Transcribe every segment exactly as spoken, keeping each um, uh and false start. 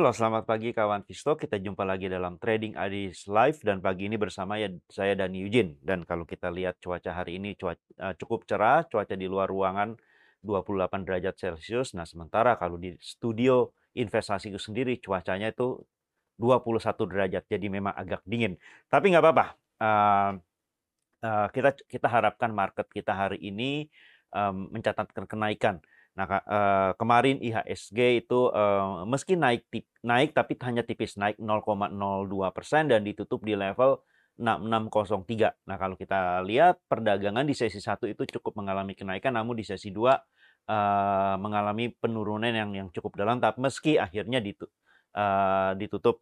Halo, selamat pagi kawan Visto. Kita jumpa lagi dalam Trading Ideas Live dan pagi ini bersama ya saya Dani Eugene. Dan kalau kita lihat cuaca hari ini cuaca, uh, cukup cerah, cuaca di luar ruangan dua puluh delapan derajat Celcius. Nah, sementara kalau di studio investasi itu sendiri cuacanya itu dua puluh satu derajat. Jadi memang agak dingin. Tapi nggak apa-apa. Uh, uh, kita kita harapkan market kita hari ini um, mencatatkan kenaikan. Nah, uh, kemarin I H S G itu uh, meski naik tip, naik tapi hanya tipis, naik nol koma nol dua persen dan ditutup di level enam enam nol tiga. Nah, kalau kita lihat perdagangan di sesi satu itu cukup mengalami kenaikan, namun di sesi dua uh, mengalami penurunan yang yang cukup dalam, tapi meski akhirnya ditu, uh, ditutup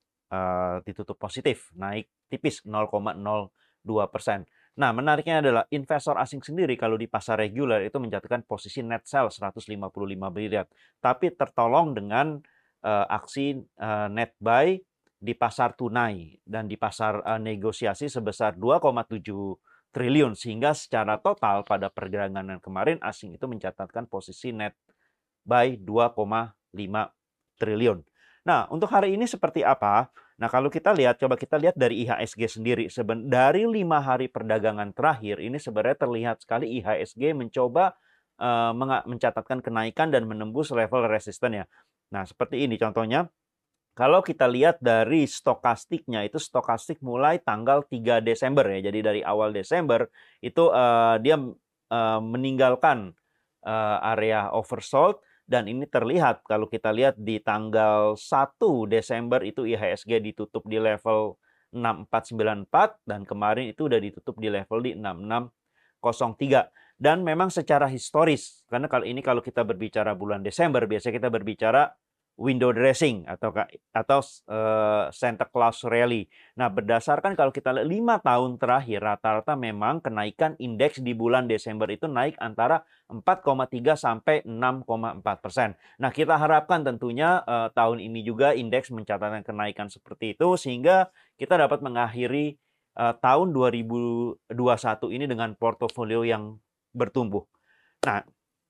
uh, ditutup positif, naik tipis nol koma nol dua persen. Nah, menariknya adalah investor asing sendiri kalau di pasar reguler itu mencatatkan posisi net sell seratus lima puluh lima miliar, tapi tertolong dengan uh, aksi uh, net buy di pasar tunai dan di pasar uh, negosiasi sebesar dua koma tujuh triliun, sehingga secara total pada perdagangan kemarin asing itu mencatatkan posisi net buy dua koma lima triliun. Nah, untuk hari ini seperti apa? Nah, kalau kita lihat, coba kita lihat dari I H S G sendiri. Seben, dari lima hari perdagangan terakhir, ini sebenarnya terlihat sekali I H S G mencoba uh, mencatatkan kenaikan dan menembus level resistennya. Nah, seperti ini contohnya. Kalau kita lihat dari stokastiknya, itu stokastik mulai tanggal tiga Desember ya. Jadi dari awal Desember, itu uh, dia uh, meninggalkan uh, area oversold. Dan ini terlihat kalau kita lihat di tanggal satu Desember itu I H S G ditutup di level enam empat sembilan empat dan kemarin itu udah ditutup di level di enam enam nol tiga. Dan memang secara historis, karena kalau ini kalau kita berbicara bulan Desember, biasanya kita berbicara window dressing atau atau uh, Santa Claus rally. Nah, berdasarkan kalau kita lihat lima tahun terakhir rata-rata memang kenaikan indeks di bulan Desember itu naik antara empat koma tiga sampai enam koma empat persen. Nah, kita harapkan tentunya uh, tahun ini juga indeks mencatatkan kenaikan seperti itu sehingga kita dapat mengakhiri uh, tahun dua ribu dua puluh satu ini dengan portofolio yang bertumbuh. Nah,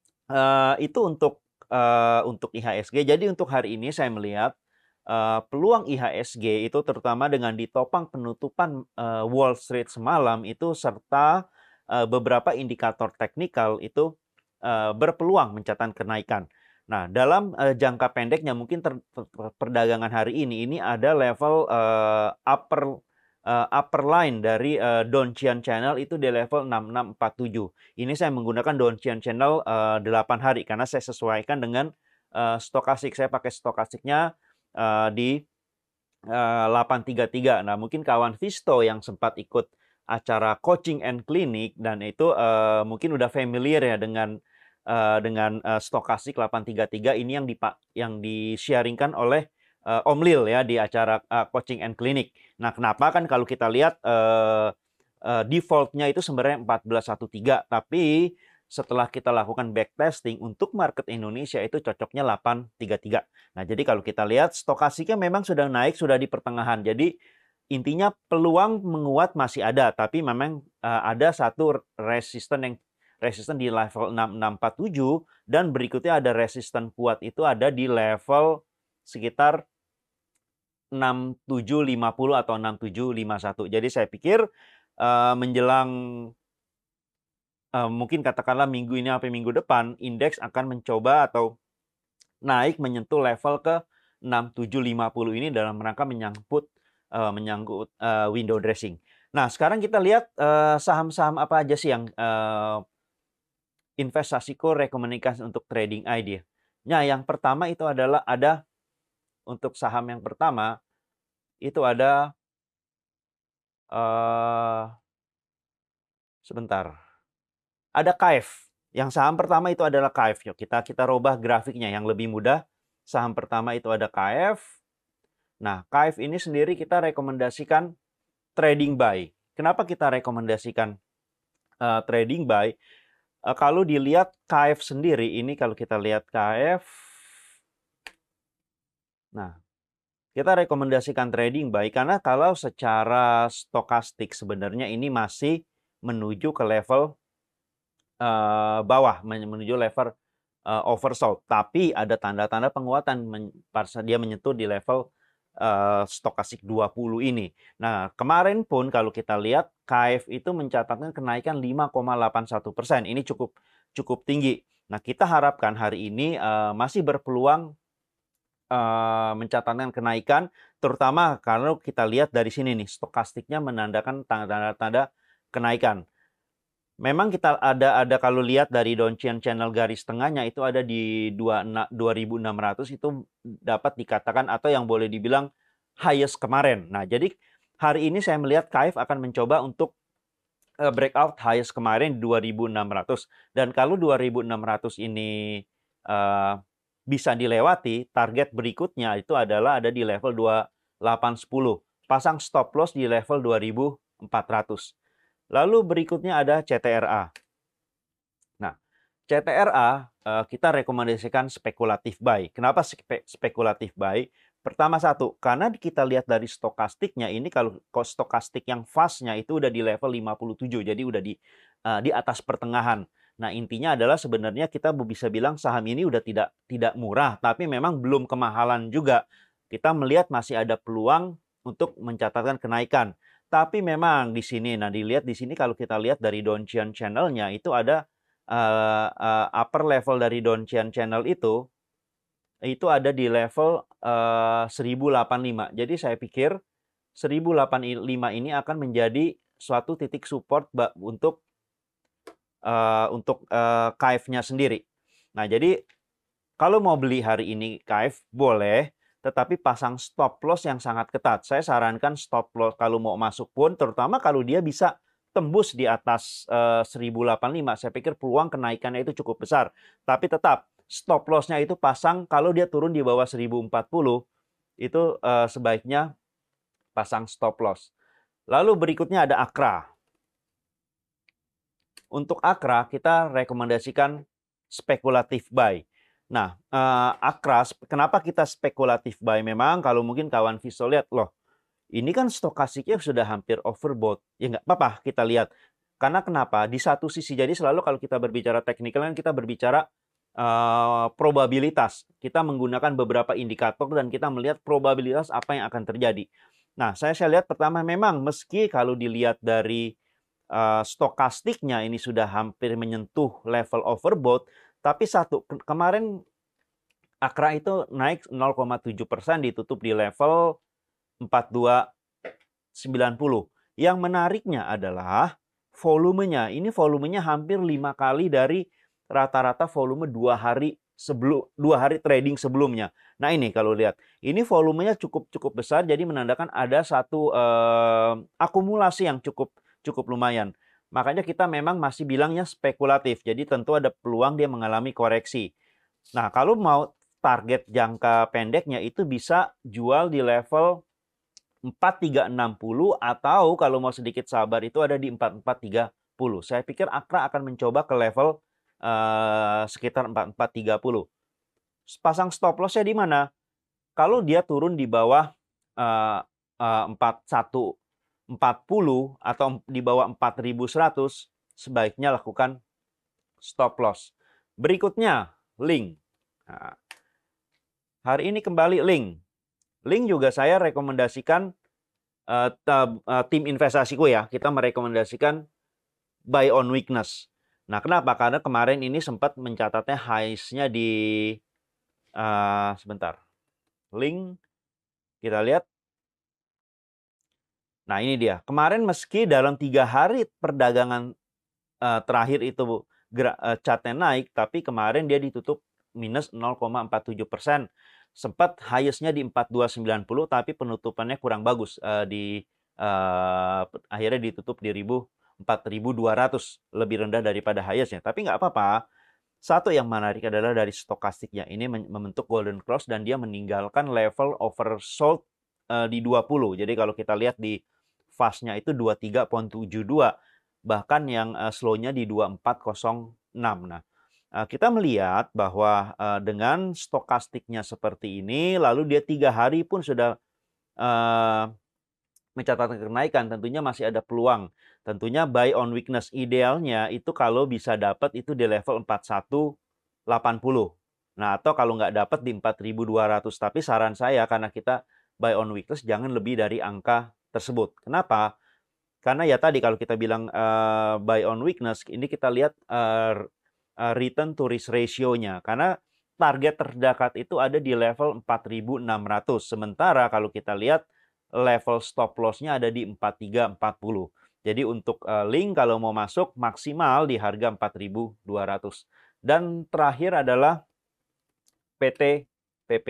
uh, itu untuk Uh, untuk I H S G. Jadi untuk hari ini saya melihat uh, peluang I H S G itu terutama dengan ditopang penutupan uh, Wall Street semalam itu serta uh, beberapa indikator teknikal itu uh, berpeluang mencatatkan kenaikan. Nah, dalam uh, jangka pendeknya mungkin ter, ter, perdagangan hari ini ini ada level uh, upper uh, upper line dari uh, Donchian Channel itu di level enam enam empat tujuh. Ini saya menggunakan Donchian Channel uh, delapan hari karena saya sesuaikan dengan uh, stokastik. Saya pakai stokastiknya uh, di uh, delapan tiga tiga. Nah, mungkin kawan Visto yang sempat ikut acara coaching and clinic dan itu uh, mungkin udah familiar ya dengan uh, dengan uh, stokastik delapan tiga tiga ini yang dipak yang di-sharingkan oleh uh, Om Lil ya di acara uh, coaching and clinic. Nah, kenapa kan kalau kita lihat uh, uh, defaultnya itu sebenarnya empat belas tiga belas, tapi setelah kita lakukan backtesting untuk market Indonesia itu cocoknya delapan tiga tiga. Nah, jadi kalau kita lihat stokastiknya memang sudah naik, sudah di pertengahan. Jadi intinya peluang menguat masih ada, tapi memang uh, ada satu resisten yang resisten di level enam enam empat tujuh dan berikutnya ada resisten kuat itu ada di level sekitar enam tujuh lima puluh atau enam tujuh lima satu. Jadi saya pikir uh, menjelang uh, mungkin katakanlah minggu ini sampai minggu depan indeks akan mencoba atau naik menyentuh level ke enam tujuh lima puluh ini dalam rangka menyangkut uh, menyangkut uh, window dressing. Nah, sekarang kita lihat uh, saham-saham apa aja sih yang uh, investasiku rekomendasikan untuk trading idea. Nah, yang pertama itu adalah ada untuk saham yang pertama itu ada uh, sebentar. Ada K F. Yang saham pertama itu adalah K F. Yuk kita kita robah grafiknya yang lebih mudah. Saham pertama itu ada K F. Nah, K F ini sendiri kita rekomendasikan trading buy. Kenapa kita rekomendasikan uh, trading buy? Uh, kalau dilihat K F sendiri, ini kalau kita lihat K F, nah, kita rekomendasikan trading buy karena kalau secara stokastik sebenarnya ini masih menuju ke level uh, bawah, menuju level uh, oversold, tapi ada tanda-tanda penguatan men pas dia menyentuh di level uh, stokastik dua puluh ini. Nah, kemarin pun kalau kita lihat K F itu mencatatkan kenaikan lima koma delapan satu persen. Ini cukup cukup tinggi. Nah, kita harapkan hari ini uh, masih berpeluang uh, mencatatkan kenaikan, terutama kalau kita lihat dari sini nih, stokastiknya menandakan tanda-tanda kenaikan. Memang kita ada ada kalau lihat dari Donchian Channel garis tengahnya itu ada di dua ribu enam ratus, itu dapat dikatakan atau yang boleh dibilang highest kemarin. Nah, jadi hari ini saya melihat K F akan mencoba untuk uh, breakout highest kemarin dua ribu enam ratus, dan kalau dua ribu enam ratus ini uh, bisa dilewati, target berikutnya itu adalah ada di level dua ribu delapan ratus. Pasang stop loss di level dua ribu empat ratus. Lalu berikutnya ada C T R A. Nah, C T R A uh, kita rekomendasikan spekulatif buy. Kenapa spe spekulatif buy? Pertama satu, karena kita lihat dari stokastiknya ini, kalau stokastik yang fastnya itu udah di level lima puluh tujuh, jadi udah di uh, di atas pertengahan. Nah, intinya adalah sebenarnya kita bisa bilang saham ini udah tidak tidak murah, tapi memang belum kemahalan juga. Kita melihat masih ada peluang untuk mencatatkan kenaikan. Tapi memang di sini, nah dilihat di sini kalau kita lihat dari Donchian Channel-nya itu ada uh, uh, upper level dari Donchian Channel itu, itu ada di level uh, seribu delapan puluh lima. Jadi saya pikir seribu delapan puluh lima ini akan menjadi suatu titik support untuk uh, untuk uh, K F-nya sendiri. Nah, jadi kalau mau beli hari ini K F boleh, tetapi pasang stop loss yang sangat ketat. Saya sarankan stop loss kalau mau masuk pun, terutama kalau dia bisa tembus di atas uh, seribu delapan puluh lima, saya pikir peluang kenaikannya itu cukup besar. Tapi tetap stop loss-nya itu pasang kalau dia turun di bawah seribu empat puluh, itu uh, sebaiknya pasang stop loss. Lalu berikutnya ada Akra. Untuk Akra kita rekomendasikan spekulatif buy. Nah, uh, Akra, kenapa kita spekulatif buy? Memang kalau mungkin kawan visual lihat, loh, ini kan stokastiknya sudah hampir overbought. Ya nggak apa-apa, kita lihat. Karena kenapa? Di satu sisi, jadi selalu kalau kita berbicara teknikal kan kita berbicara uh, probabilitas. Kita menggunakan beberapa indikator dan kita melihat probabilitas apa yang akan terjadi. Nah, saya, saya lihat pertama memang meski kalau dilihat dari uh, stokastiknya ini sudah hampir menyentuh level overbought, tapi satu, ke kemarin Akra itu naik nol koma tujuh persen, ditutup di level empat dua sembilan nol. Yang menariknya adalah volumenya. Ini volumenya hampir lima kali dari rata-rata volume dua hari sebelum dua hari trading sebelumnya. Nah, ini kalau lihat, ini volumenya cukup cukup besar, jadi menandakan ada satu eh, akumulasi yang cukup cukup lumayan. Makanya kita memang masih bilangnya spekulatif. Jadi tentu ada peluang dia mengalami koreksi. Nah, kalau mau target jangka pendeknya itu bisa jual di level empat tiga enam nol, atau kalau mau sedikit sabar itu ada di empat empat tiga nol. Saya pikir Akra akan mencoba ke level uh, sekitar empat empat tiga nol. Pasang stop loss-nya di mana? Kalau dia turun di bawah uh, uh, empat satu empat nol atau di bawah empat ribu seratus, sebaiknya lakukan stop loss. Berikutnya, Link. Nah, hari ini kembali Link. Link juga saya rekomendasikan, uh, uh, tim investasiku ya, kita merekomendasikan buy on weakness. Nah, kenapa? Karena kemarin ini sempat mencatatnya highs-nya di uh, sebentar. Link, kita lihat. Nah, ini dia. Kemarin meski dalam tiga hari perdagangan uh, terakhir itu uh, chartnya naik, tapi kemarin dia ditutup minus nol koma empat tujuh persen. Sempat highest-nya di empat dua sembilan nol, tapi penutupannya kurang bagus. Uh, di uh, akhirnya ditutup di empat ribu dua ratus, lebih rendah daripada highest-nya. Tapi nggak apa-apa. Satu yang menarik adalah dari stokastiknya. Ini membentuk golden cross dan dia meninggalkan level oversold uh, di dua puluh. Jadi kalau kita lihat di fast-nya itu dua puluh tiga koma tujuh dua. Bahkan yang uh, slow-nya di dua puluh empat koma nol enam. Nah, uh, kita melihat bahwa uh, dengan stokastiknya seperti ini, lalu dia tiga hari pun sudah uh, mencatatkan kenaikan, tentunya masih ada peluang. Tentunya buy on weakness idealnya itu kalau bisa dapat itu di level empat satu delapan puluh. Nah, atau kalau nggak dapat di empat ribu dua ratus. Tapi saran saya karena kita buy on weakness jangan lebih dari angka tersebut. Kenapa? Karena ya tadi kalau kita bilang uh, buy on weakness, ini kita lihat uh, uh, return to risk ratio-nya. Karena target terdekat itu ada di level empat ribu enam ratus. Sementara kalau kita lihat level stop loss-nya ada di empat tiga empat puluh. Jadi untuk uh, link kalau mau masuk maksimal di harga empat ribu dua ratus. Dan terakhir adalah P T P P.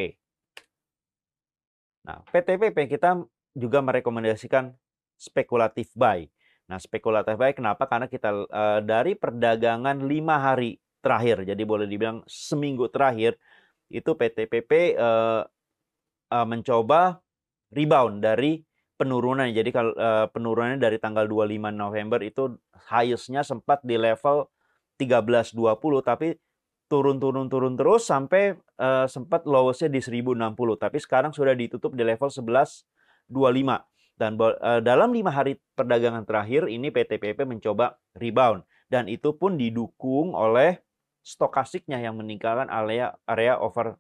Nah, P T P P kita juga merekomendasikan spekulatif buy. Nah, spekulatif buy kenapa? Karena kita uh, dari perdagangan lima hari terakhir, jadi boleh dibilang seminggu terakhir, itu P T P P uh, uh, mencoba rebound dari penurunan. Jadi kalau uh, penurunannya dari tanggal dua puluh lima November itu highest-nya sempat di level tiga belas dua puluh, tapi turun-turun-turun terus sampai uh, sempat lowest-nya di seribu enam puluh. Tapi sekarang sudah ditutup di level sebelas dua puluh lima. Dan uh, dalam lima hari perdagangan terakhir ini P T P P mencoba rebound. Dan itu pun didukung oleh stokastiknya yang meninggalkan area, area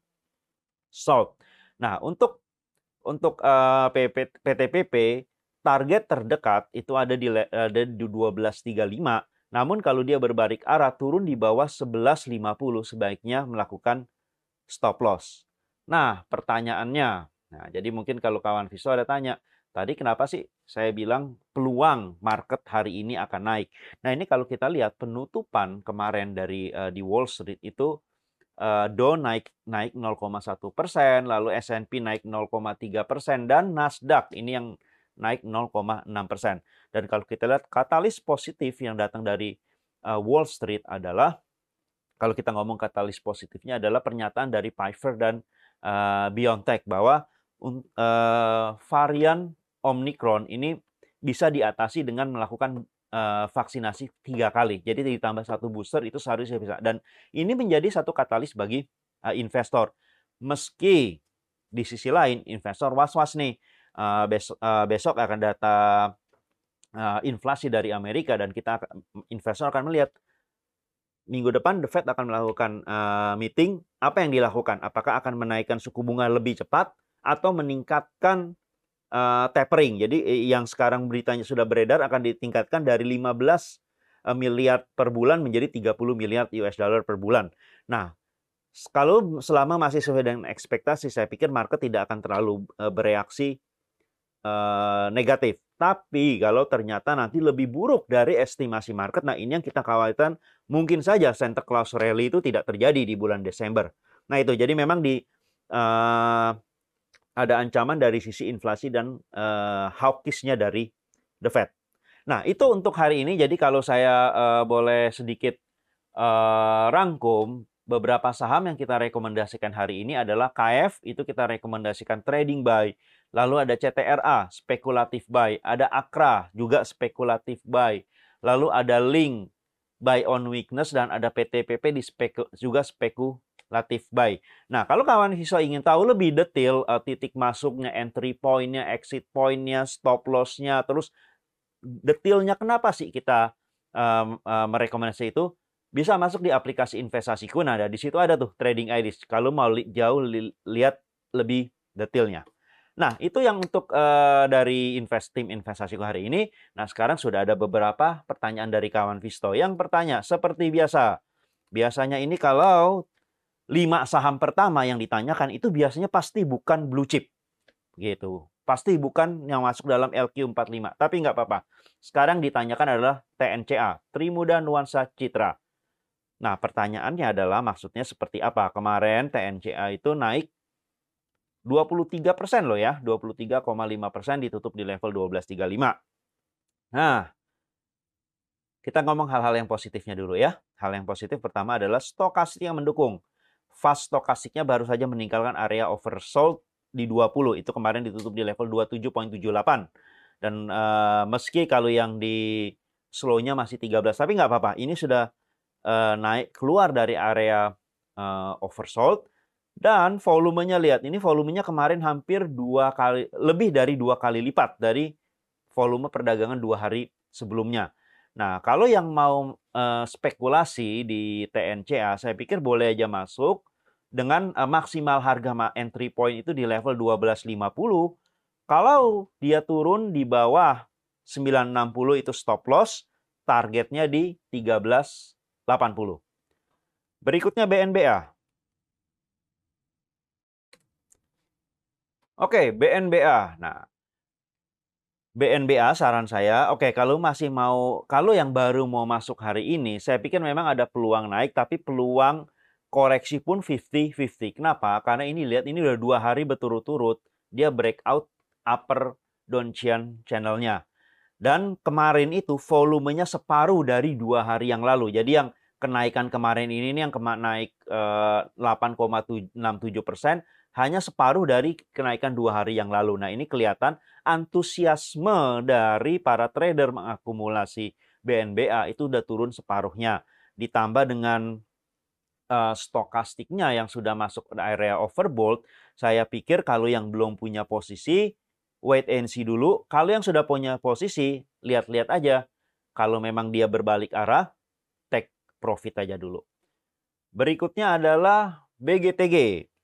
oversold. Nah, untuk untuk uh, P T P P, target terdekat itu ada di, ada di dua belas tiga puluh lima. Namun kalau dia berbalik arah turun di bawah sebelas lima puluh, sebaiknya melakukan stop loss. Nah, pertanyaannya, nah jadi mungkin kalau kawan Viso ada tanya, tadi kenapa sih saya bilang peluang market hari ini akan naik? Nah, ini kalau kita lihat penutupan kemarin dari uh, di Wall Street itu uh, Dow naik naik nol koma satu persen, lalu S and P naik nol koma tiga persen, dan Nasdaq ini yang naik nol koma enam persen. Dan kalau kita lihat katalis positif yang datang dari uh, Wall Street adalah, kalau kita ngomong katalis positifnya adalah pernyataan dari Pfizer dan uh, BioNTech bahwa uh, varian Omicron ini bisa diatasi dengan melakukan uh, vaksinasi tiga kali. Jadi ditambah satu booster itu seharusnya bisa. Dan ini menjadi satu katalis bagi uh, investor. Meski di sisi lain investor was-was nih. Uh, besok, uh, besok akan data uh, inflasi dari Amerika dan kita investor akan melihat minggu depan The Fed akan melakukan uh, meeting. Apa yang dilakukan? Apakah akan menaikkan suku bunga lebih cepat atau meningkatkan uh, tapering? Jadi yang sekarang beritanya sudah beredar akan ditingkatkan dari lima belas miliar per bulan menjadi tiga puluh miliar U S dollar per bulan. Nah, kalau selama masih sesuai dengan ekspektasi, saya pikir market tidak akan terlalu uh, bereaksi Uh, negatif. Tapi kalau ternyata nanti lebih buruk dari estimasi market, nah ini yang kita khawatirkan, mungkin saja Santa Claus rally itu tidak terjadi di bulan Desember. Nah itu, jadi memang di uh, ada ancaman dari sisi inflasi dan uh, hawkish-nya dari The Fed. Nah itu untuk hari ini. Jadi kalau saya uh, boleh sedikit uh, rangkum, beberapa saham yang kita rekomendasikan hari ini adalah K F, itu kita rekomendasikan trading buy. Lalu ada C T R A, spekulatif buy. Ada Akra, juga spekulatif buy. Lalu ada Link, buy on weakness. Dan ada P T P P di speku, juga spekulatif buy. Nah, kalau kawan Viso ingin tahu lebih detail uh, titik masuknya, entry point-nya, exit point-nya, stop loss-nya, terus detailnya kenapa sih kita um, uh, merekomendasi itu, bisa masuk di aplikasi investasiku. Nah, di situ ada tuh trading I D. Kalau mau li jauh li lihat lebih detailnya. Nah, itu yang untuk uh, dari invest tim investasiku hari ini. Nah, sekarang sudah ada beberapa pertanyaan dari kawan Visto. Yang bertanya, seperti biasa. Biasanya ini kalau lima saham pertama yang ditanyakan itu biasanya pasti bukan blue chip. Gitu. Pasti bukan yang masuk dalam L Q empat puluh lima. Tapi nggak apa-apa. Sekarang ditanyakan adalah T N C A, Trimuda Nuansa Citra. Nah, pertanyaannya adalah maksudnya seperti apa? Kemarin T N C A itu naik dua puluh tiga persen loh ya, dua puluh tiga koma lima persen, ditutup di level dua belas tiga puluh lima. Nah, kita ngomong hal-hal yang positifnya dulu ya. Hal yang positif pertama adalah stokastik yang mendukung. Fast stokastiknya baru saja meninggalkan area oversold di dua puluh. Itu kemarin ditutup di level dua puluh tujuh koma tujuh delapan. Dan uh, meski kalau yang di slow-nya masih tiga belas, tapi nggak apa-apa. Ini sudah uh, naik keluar dari area uh, oversold. Dan volumenya, lihat, ini volumenya kemarin hampir dua kali, lebih dari dua kali lipat dari volume perdagangan dua hari sebelumnya. Nah, kalau yang mau uh, spekulasi di T N C A, saya pikir boleh aja masuk dengan uh, maksimal harga entry point itu di level dua belas lima puluh. Kalau dia turun di bawah sembilan enam puluh itu stop loss, targetnya di tiga belas delapan puluh. Berikutnya B N B A. Oke, B N B A. Nah, B N B A saran saya, oke kalau masih mau, kalau yang baru mau masuk hari ini, saya pikir memang ada peluang naik, tapi peluang koreksi pun lima puluh lima puluh. Kenapa? Karena ini lihat, ini udah dua hari berturut-turut, dia breakout upper downtrend channel-nya. Dan kemarin itu volumenya separuh dari dua hari yang lalu. Jadi yang kenaikan kemarin ini, ini yang kema naik eh, delapan koma enam tujuh persen, hanya separuh dari kenaikan dua hari yang lalu. Nah, ini kelihatan antusiasme dari para trader mengakumulasi B N B A itu udah turun separuhnya. Ditambah dengan uh, stokastiknya yang sudah masuk ke area overbought, saya pikir kalau yang belum punya posisi, wait and see dulu. Kalau yang sudah punya posisi, lihat-lihat aja. Kalau memang dia berbalik arah, take profit aja dulu. Berikutnya adalah B G T G.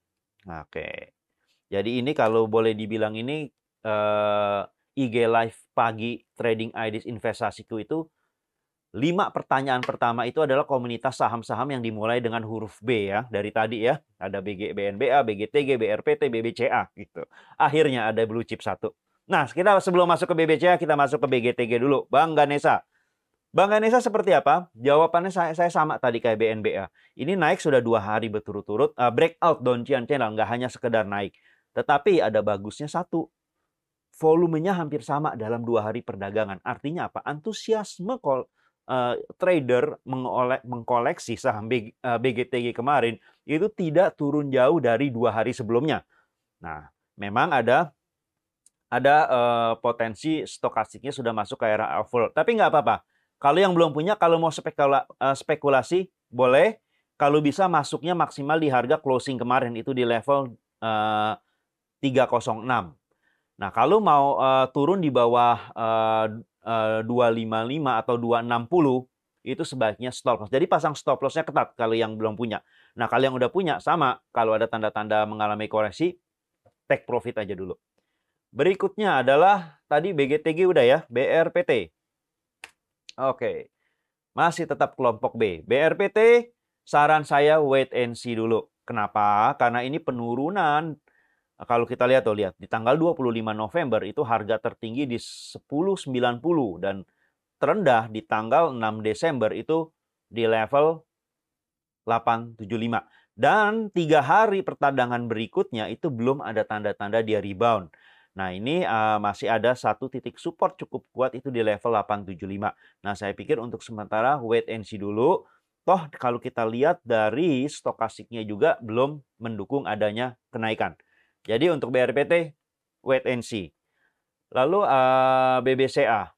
Oke. Jadi ini kalau boleh dibilang ini uh, I G Live pagi trading ideas investasiku itu lima pertanyaan pertama itu adalah komunitas saham-saham yang dimulai dengan huruf B ya. Dari tadi ya, ada B G, B N B A, B G T G, B R P T, B B C A gitu. Akhirnya ada blue chip satu. Nah, kita sebelum masuk ke B B C A, kita masuk ke B G T G dulu. Bang Ganesha. Bang Ganesha seperti apa? Jawabannya saya, saya sama tadi kayak B N B A. Ini naik sudah dua hari berturut-turut. Uh, breakout downtrend channel, nggak hanya sekedar naik. Tetapi ada bagusnya satu. Volumenya hampir sama dalam dua hari perdagangan. Artinya apa? Antusiasme call Uh, trader mengolek, mengkoleksi saham B, uh, B G T G kemarin itu tidak turun jauh dari dua hari sebelumnya. Nah, memang ada ada uh, potensi stokastiknya sudah masuk ke era overbought. Tapi nggak apa-apa. Kalau yang belum punya, kalau mau spekula, uh, spekulasi, boleh. Kalau bisa masuknya maksimal di harga closing kemarin itu di level uh, tiga nol enam. Nah, kalau mau uh, turun di bawah uh, uh, dua lima lima atau dua enam nol, itu sebaiknya stop loss. Jadi pasang stop loss-nya ketat kalau yang belum punya. Nah, kalau yang udah punya, sama. Kalau ada tanda-tanda mengalami koreksi, take profit aja dulu. Berikutnya adalah, tadi B G T G udah ya, B R P T. Oke, masih tetap kelompok B. B R P T, saran saya wait and see dulu. Kenapa? Karena ini penurunan. Kalau kita lihat tuh, lihat di tanggal dua puluh lima November itu harga tertinggi di sepuluh sembilan puluh dan terendah di tanggal enam Desember itu di level delapan tujuh lima. Dan tiga hari perdagangan berikutnya itu belum ada tanda-tanda dia rebound. Nah, ini uh, masih ada satu titik support cukup kuat itu di level delapan tujuh lima. Nah, saya pikir untuk sementara wait and see dulu. Toh kalau kita lihat dari stokastiknya juga belum mendukung adanya kenaikan. Jadi untuk B R P T, wait and see. Lalu uh, B B C A.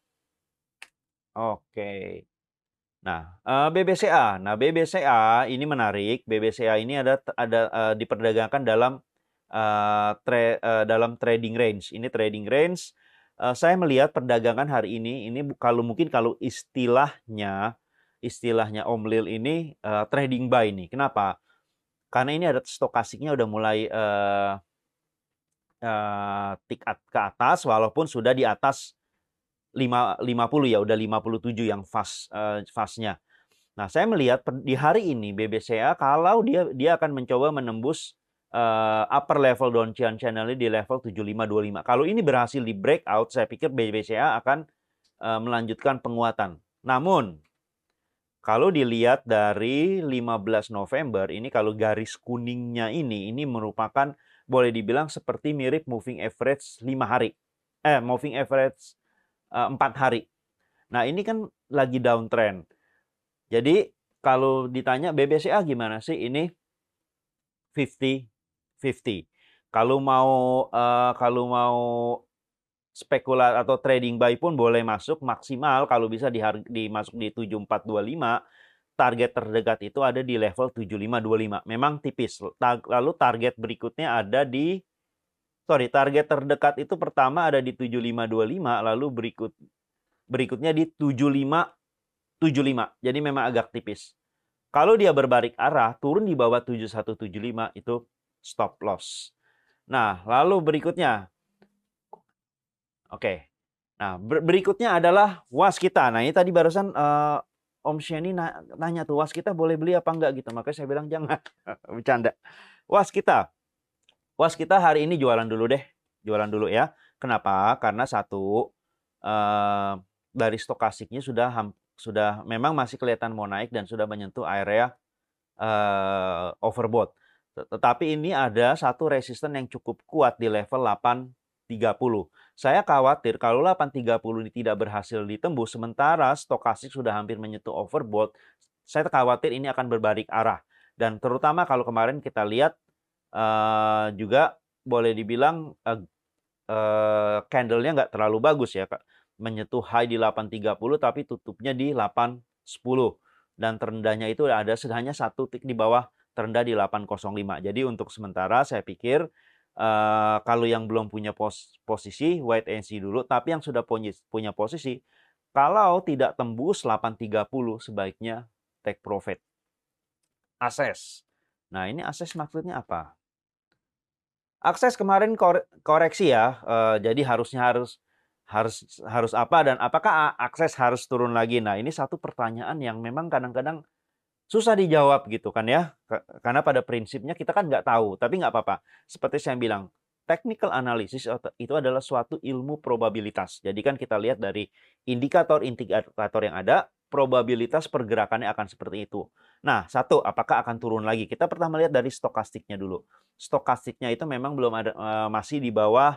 Oke. Nah, uh, B B C A. Nah, B B C A ini menarik. B B C A ini ada ada uh, diperdagangkan dalam uh, tra uh, dalam trading range. Ini trading range. Uh, saya melihat perdagangan hari ini ini kalau mungkin kalau istilahnya istilahnya Om Lil ini uh, trading buy nih. Kenapa? Karena ini ada stokastiknya udah mulai uh, Uh, tick ke atas walaupun sudah di atas lima puluh ya, udah lima puluh tujuh yang fast uh, fastnya. Nah, saya melihat di hari ini B B C A kalau dia dia akan mencoba menembus uh, upper level downtrend channel di level tujuh lima dua lima. Kalau ini berhasil di breakout, saya pikir B B C A akan uh, melanjutkan penguatan. Namun kalau dilihat dari lima belas November ini, kalau garis kuningnya ini ini merupakan boleh dibilang seperti mirip moving average lima hari. Eh, moving average uh, empat hari. Nah, ini kan lagi downtrend. Jadi, kalau ditanya B B C A gimana sih? Ini lima puluh lima puluh. Kalau mau uh, kalau mau spekulat atau trading buy pun boleh masuk maksimal kalau bisa di dimasuk di tujuh empat dua lima. Target terdekat itu ada di level tujuh lima dua lima. Memang tipis. Lalu target berikutnya ada di sorry, target terdekat itu pertama ada di tujuh lima dua lima, lalu berikut berikutnya di tujuh lima tujuh puluh lima. Jadi memang agak tipis. Kalau dia berbalik arah, turun di bawah tujuh puluh satu tujuh puluh lima itu stop loss. Nah, lalu berikutnya. Oke. Nah, ber berikutnya adalah waskita. Nah, ini tadi barusan uh, Om Sheni na nanya tuh, waskita boleh beli apa enggak gitu. Makanya saya bilang jangan. Bercanda. Waskita. Waskita hari ini jualan dulu deh. Jualan dulu ya. Kenapa? Karena satu, uh, dari stokastiknya sudah sudah memang masih kelihatan mau naik dan sudah menyentuh area uh, overbought. Tetapi ini ada satu resisten yang cukup kuat di level delapan tiga puluh. Saya khawatir kalau delapan tiga puluh ini tidak berhasil ditembus, sementara stokastik sudah hampir menyentuh overbought, saya khawatir ini akan berbalik arah. Dan terutama kalau kemarin kita lihat uh, juga boleh dibilang uh, uh, candle-nya nggak terlalu bagus ya, Kak. Menyentuh high di delapan tiga puluh tapi tutupnya di delapan sepuluh. Dan terendahnya itu ada hanya satu titik di bawah terendah di delapan nol lima. Jadi untuk sementara saya pikir uh, kalau yang belum punya pos posisi wait and see dulu, tapi yang sudah punya punya posisi kalau tidak tembus delapan tiga puluh sebaiknya take profit. Akses. Nah, ini akses maksudnya apa? Akses kemarin kore koreksi ya. Uh, jadi harusnya harus harus harus apa dan apakah akses harus turun lagi? Nah, ini satu pertanyaan yang memang kadang-kadang susah dijawab gitu kan ya, karena pada prinsipnya kita kan nggak tahu, tapi nggak apa-apa. Seperti saya bilang, technical analysis itu adalah suatu ilmu probabilitas. Jadi kan kita lihat dari indikator-indikator yang ada, probabilitas pergerakannya akan seperti itu. Nah, satu, apakah akan turun lagi? Kita pertama lihat dari stokastiknya dulu. Stokastiknya itu memang belum ada, masih di bawah,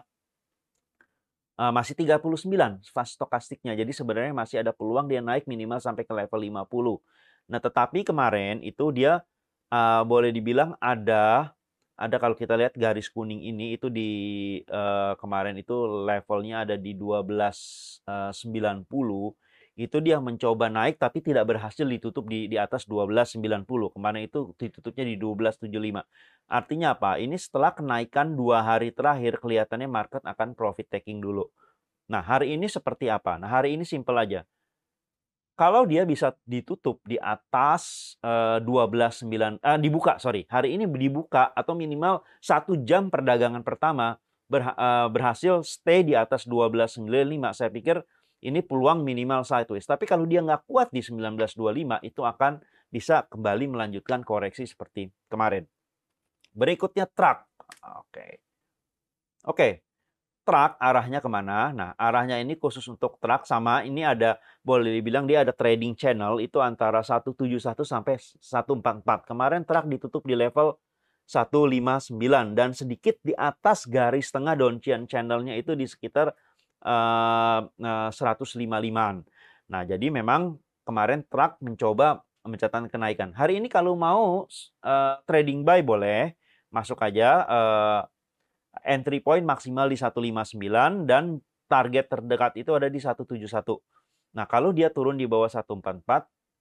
masih tiga puluh sembilan fast stokastiknya. Jadi sebenarnya masih ada peluang dia naik minimal sampai ke level lima puluh. Nah, tetapi kemarin itu dia uh, boleh dibilang ada ada kalau kita lihat garis kuning ini itu di uh, kemarin itu levelnya ada di dua belas sembilan puluh. Itu dia mencoba naik tapi tidak berhasil ditutup di di atas dua belas sembilan puluh. Kemarin itu ditutupnya di dua belas tujuh puluh lima. Artinya apa? Ini setelah kenaikan dua hari terakhir kelihatannya market akan profit taking dulu. Nah, hari ini seperti apa? Nah, hari ini simple aja. Kalau dia bisa ditutup di atas uh, dua belas sembilan uh, dibuka sorry hari ini dibuka atau minimal satu jam perdagangan pertama berha uh, berhasil stay di atas dua belas sembilan puluh lima, saya pikir ini peluang minimal sideways. Tapi kalau dia nggak kuat di sembilan belas dua puluh lima itu akan bisa kembali melanjutkan koreksi seperti kemarin. Berikutnya truck. Oke, okay. oke. Okay. Truk arahnya kemana? Nah, arahnya ini khusus untuk truk sama ini ada, boleh dibilang dia ada trading channel itu antara seratus tujuh puluh satu sampai seratus empat puluh empat. Kemarin truk ditutup di level seratus lima puluh sembilan dan sedikit di atas garis tengah downtrend channelnya itu di sekitar uh, uh, seratus lima puluh limaan. Nah, jadi memang kemarin truk mencoba mencatatkan kenaikan. Hari ini kalau mau uh, trading buy boleh, masuk aja. Uh, Entry point maksimal di seratus lima puluh sembilan dan target terdekat itu ada di seratus tujuh puluh satu. Nah, kalau dia turun di bawah seratus empat puluh empat,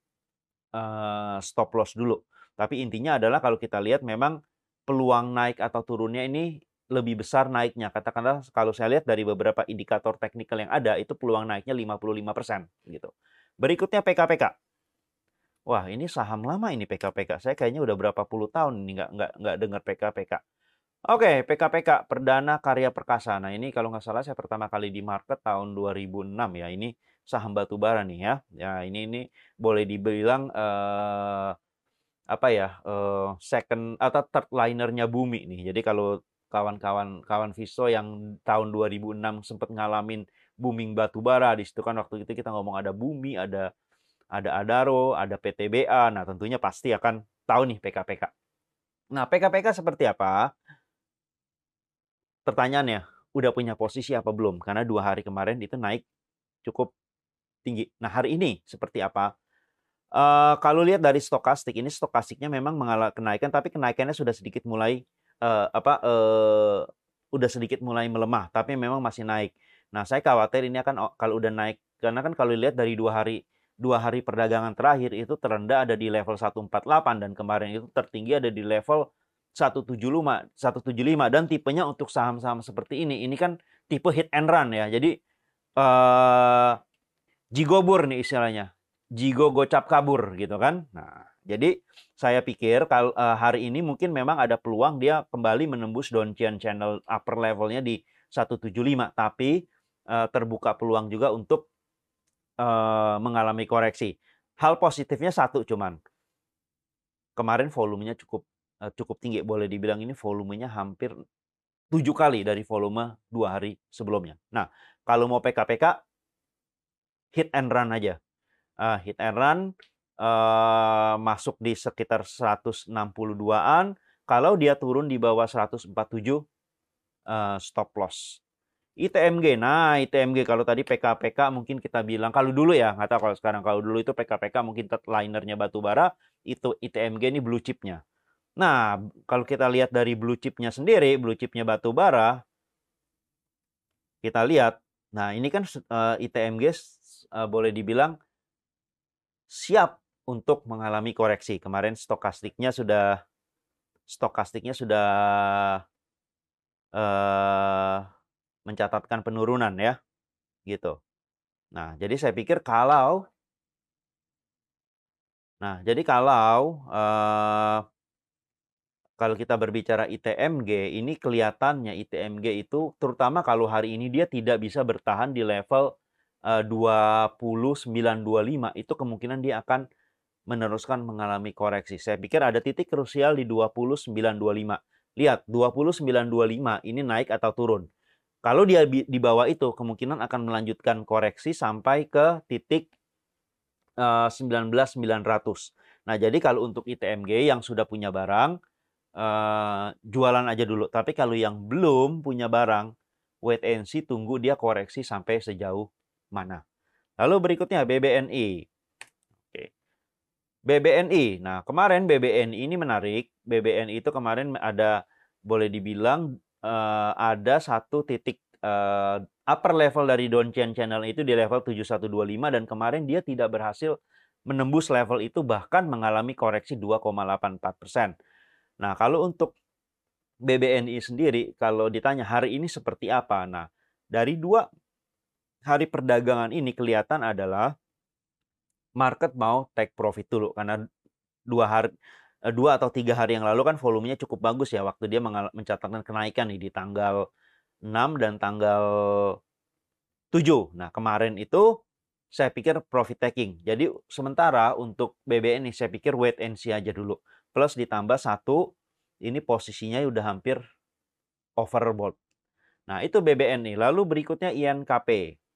uh, stop loss dulu. Tapi intinya adalah kalau kita lihat memang peluang naik atau turunnya ini lebih besar naiknya. Katakanlah kalau saya lihat dari beberapa indikator teknikal yang ada, itu peluang naiknya lima puluh lima persen gitu. Berikutnya P K P K. Wah, ini saham lama ini P K P K. Saya kayaknya udah berapa puluh tahun ini nggak nggak nggak dengar P K P K. Oke, P K P K, Perdana Karya Perkasa. Nah, ini kalau nggak salah saya pertama kali di market tahun dua ribu enam ya. Ini saham batubara nih ya. Ya, ini ini boleh dibilang eh, apa ya, eh, second atau third liner-nya bumi nih. Jadi kalau kawan-kawan kawan Viso yang tahun dua ribu enam sempat ngalamin booming batubara, di situ kan waktu itu kita ngomong ada Bumi, ada ada Adaro, ada P T B A. Nah, tentunya pasti akan tahu nih P K P K. Nah, P K P K seperti apa? Pertanyaannya, udah punya posisi apa belum? Karena dua hari kemarin itu naik cukup tinggi. Nah, hari ini seperti apa? Uh, kalau lihat dari stokastik, ini stokastiknya memang mengalami kenaikan, tapi kenaikannya sudah sedikit mulai uh, apa? Uh, udah sedikit mulai melemah, tapi memang masih naik. Nah, saya khawatir ini akan kalau udah naik, karena kan kalau lihat dari dua hari dua hari perdagangan terakhir itu terendah ada di level seratus empat puluh delapan dan kemarin itu tertinggi ada di level seratus tujuh puluh lima dan tipenya untuk saham-saham seperti ini ini kan tipe hit and run ya. Jadi uh, jigobur nih istilahnya. jigo gocap kabur gitu kan. Nah, jadi saya pikir kalau uh, hari ini mungkin memang ada peluang dia kembali menembus downtrend channel upper levelnya di seratus tujuh puluh lima, tapi uh, terbuka peluang juga untuk uh, mengalami koreksi. Hal positifnya satu cuman, kemarin volumenya cukup uh, cukup tinggi, boleh dibilang ini volumenya hampir tujuh kali dari volume dua hari sebelumnya. Nah, kalau mau P K P K, hit and run aja. Uh, hit and run, uh, masuk di sekitar seratus enam puluh dua-an. Kalau dia turun di bawah seratus empat puluh tujuh, uh, stop loss. I T M G, nah I T M G kalau tadi P K P K mungkin kita bilang, kalau dulu ya, nggak tahu kalau sekarang, kalau dulu itu P K P K mungkin linernya batu bara, itu I T M G ini blue chipnya. Nah, kalau kita lihat dari blue chipnya sendiri, blue chipnya batu bara, kita lihat, nah ini kan uh, I T M G uh, boleh dibilang siap untuk mengalami koreksi. Kemarin stokastiknya sudah stokastiknya sudah uh, mencatatkan penurunan ya, gitu. Nah, jadi saya pikir kalau Nah, jadi kalau uh, kalau kita berbicara I T M G, ini kelihatannya I T M G itu terutama kalau hari ini dia tidak bisa bertahan di level uh, dua puluh sembilan dua puluh lima, itu kemungkinan dia akan meneruskan mengalami koreksi. Saya pikir ada titik krusial di dua puluh sembilan dua puluh lima. Lihat, dua puluh sembilan dua puluh lima ini naik atau turun. Kalau dia di bawah itu, kemungkinan akan melanjutkan koreksi sampai ke titik uh, sembilan belas sembilan ratus. Nah, jadi kalau untuk I T M G yang sudah punya barang, uh, jualan aja dulu. Tapi kalau yang belum punya barang, wait and see, tunggu dia koreksi sampai sejauh mana. Lalu berikutnya B B N I. Oke. B B N I. Nah, kemarin B B N I ini menarik. B B N I itu kemarin ada, boleh dibilang uh, ada satu titik uh, upper level dari downtrend channel itu di level tujuh satu dua lima, dan kemarin dia tidak berhasil menembus level itu, bahkan mengalami koreksi dua koma delapan empat persen. Nah, kalau untuk B B N I sendiri, kalau ditanya hari ini seperti apa? Nah, dari dua hari perdagangan ini kelihatan adalah market mau take profit dulu, karena dua hari dua atau tiga hari yang lalu kan volumenya cukup bagus ya, waktu dia mencatatkan kenaikan nih di tanggal enam dan tanggal tujuh. Nah, kemarin itu saya pikir profit taking. Jadi sementara untuk B B N I saya pikir wait and see aja dulu. Plus ditambah satu, ini posisinya udah hampir overbought. Nah, itu B B N I. Lalu berikutnya I N K P.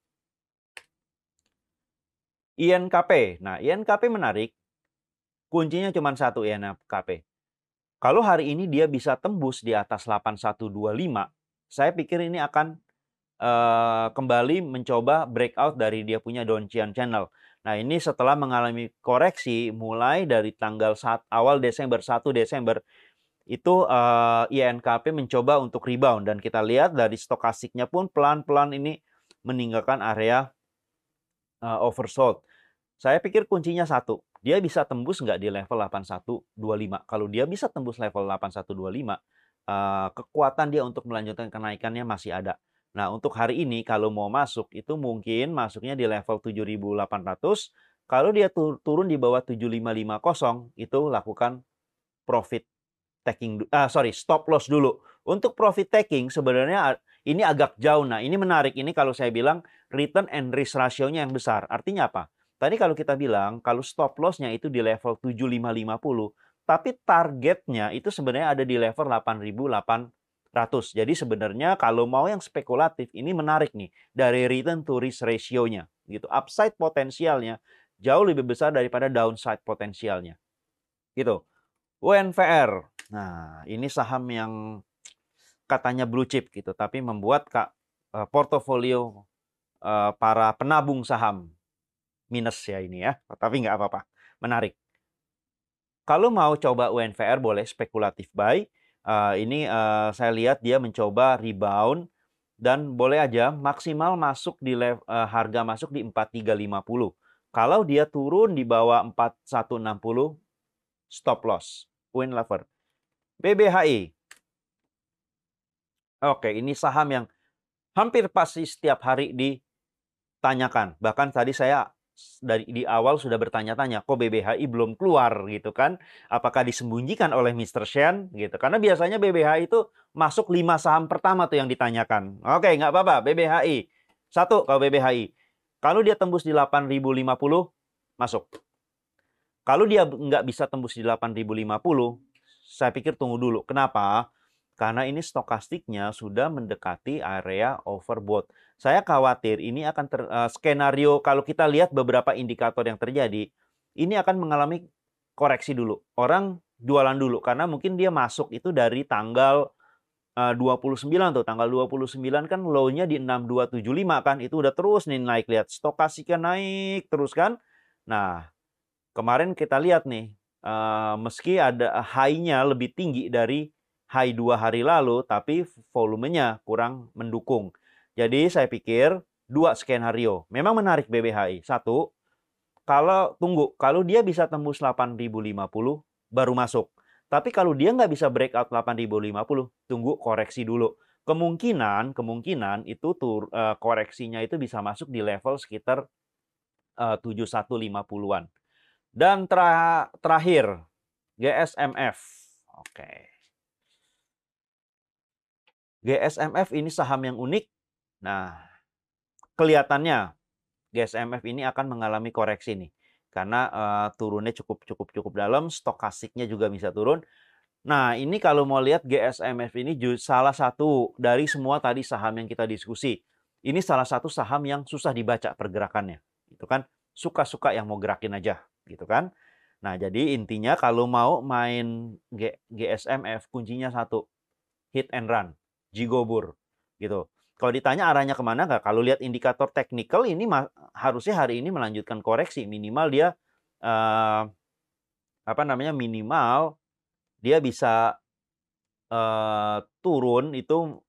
I N K P. Nah, I N K P menarik. Kuncinya cuma satu I N K P. Kalau hari ini dia bisa tembus di atas delapan satu dua lima, saya pikir ini akan uh, kembali mencoba breakout dari dia punya downtrend channel. Nah, ini setelah mengalami koreksi mulai dari tanggal saat awal Desember, satu Desember, itu uh, I N K P mencoba untuk rebound, dan kita lihat dari stokastiknya pun pelan-pelan ini meninggalkan area uh, oversold. Saya pikir kuncinya satu, dia bisa tembus nggak di level delapan satu dua lima. Kalau dia bisa tembus level delapan satu dua lima, uh, kekuatan dia untuk melanjutkan kenaikannya masih ada. Nah, untuk hari ini kalau mau masuk, itu mungkin masuknya di level tujuh ribu delapan ratus. Kalau dia tur turun di bawah tujuh lima lima nol, itu lakukan profit taking, uh, sorry, stop loss dulu. Untuk profit taking sebenarnya ini agak jauh. Nah, ini menarik. Ini kalau saya bilang return and risk ratio-nya yang besar. Artinya apa? Tadi kalau kita bilang, kalau stop loss-nya itu di level tujuh lima lima nol, tapi targetnya itu sebenarnya ada di level delapan ribu delapan ratus. Jadi sebenarnya kalau mau yang spekulatif, ini menarik nih, dari return to risk ratio-nya. Gitu. Upside potensialnya jauh lebih besar daripada downside potensialnya. Gitu. U N V R. Nah, ini saham yang katanya blue chip gitu, tapi membuat Kak, uh, portofolio uh, para penabung saham minus ya ini ya, tapi nggak apa-apa, menarik. Kalau mau coba U N V R boleh spekulatif buy. Uh, ini uh, saya lihat dia mencoba rebound, dan boleh aja maksimal masuk di level, uh, harga masuk di empat tiga lima nol. Kalau dia turun di bawah empat satu enam nol, stop loss. Win lover. B B H I. Oke, ini saham yang hampir pasti setiap hari ditanyakan. Bahkan tadi saya dari di awal sudah bertanya-tanya, kok B B H I belum keluar gitu kan? Apakah disembunyikan oleh mister Shen gitu? Karena biasanya B B H I itu masuk lima saham pertama tuh yang ditanyakan. Oke, nggak apa-apa, B B H I. Satu kalau B B H I. Kalau dia tembus di delapan ribu lima puluh, masuk. Kalau dia nggak bisa tembus di delapan ribu lima puluh, saya pikir tunggu dulu. Kenapa? Karena ini stokastiknya sudah mendekati area overbought. Saya khawatir ini akan ter, uh, skenario kalau kita lihat beberapa indikator yang terjadi, ini akan mengalami koreksi dulu. Orang jualan dulu karena mungkin dia masuk itu dari tanggal uh, dua puluh sembilan tuh. Tanggal dua puluh sembilan kan low-nya di enam dua tujuh lima kan. Itu udah terus nih naik, lihat stokastiknya naik terus kan. Nah, kemarin kita lihat nih, uh, meski ada high-nya lebih tinggi dari high dua hari lalu, tapi volumenya kurang mendukung. Jadi saya pikir dua skenario. Memang menarik B B H I. Satu, kalau tunggu, kalau dia bisa tembus delapan ribu lima puluh, baru masuk. Tapi kalau dia nggak bisa breakout delapan ribu lima puluh, tunggu koreksi dulu. Kemungkinan, kemungkinan itu tur, uh, koreksinya itu bisa masuk di level sekitar uh, tujuh ribu seratus lima puluhan. Dan tra terakhir, G S M F. Oke. Okay. G S M F ini saham yang unik. Nah, kelihatannya G S M F ini akan mengalami koreksi nih. Karena uh, turunnya cukup cukup cukup dalam, stokastiknya juga bisa turun. Nah, ini kalau mau lihat G S M F ini salah satu dari semua tadi saham yang kita diskusi. Ini salah satu saham yang susah dibaca pergerakannya. Itu kan suka-suka yang mau gerakin aja, gitu kan. Nah, jadi intinya kalau mau main G S M F kuncinya satu, hit and run. Jigobur gitu. Kalau ditanya arahnya kemana nggak? Kalau lihat indikator technical ini harusnya hari ini melanjutkan koreksi, minimal dia uh, apa namanya minimal dia bisa uh, turun itu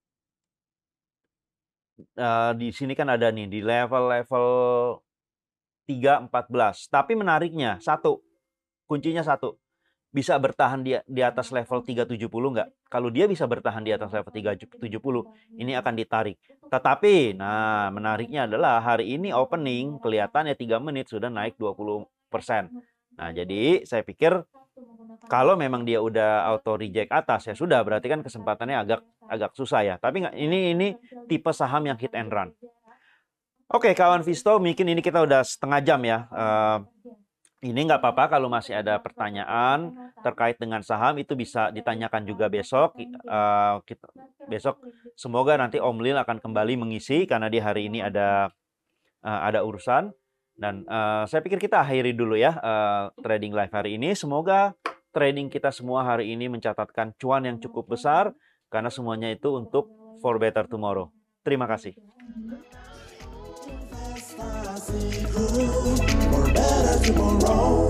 uh, di sini kan ada nih di level-level tiga empat belas. Tapi menariknya satu, kuncinya satu. Bisa bertahan di, di atas level tiga tujuh puluh nggak? Kalau dia bisa bertahan di atas level tiga tujuh puluh, ini akan ditarik. Tetapi, nah menariknya adalah hari ini opening kelihatannya tiga menit sudah naik dua puluh persen. Nah, jadi saya pikir kalau memang dia udah auto reject atas ya sudah, berarti kan kesempatannya agak agak susah ya. Tapi nggak, ini ini tipe saham yang hit and run. Oke, kawan Visto, mungkin ini kita udah setengah jam ya. Uh, Ini nggak apa-apa kalau masih ada pertanyaan terkait dengan saham, itu bisa ditanyakan juga besok. Uh, kita, besok semoga nanti Om Lil akan kembali mengisi karena di hari ini ada uh, ada urusan. Dan uh, saya pikir kita akhiri dulu ya uh, trading live hari ini. Semoga trading kita semua hari ini mencatatkan cuan yang cukup besar karena semuanya itu untuk for better tomorrow. Terima kasih. For better tomorrow.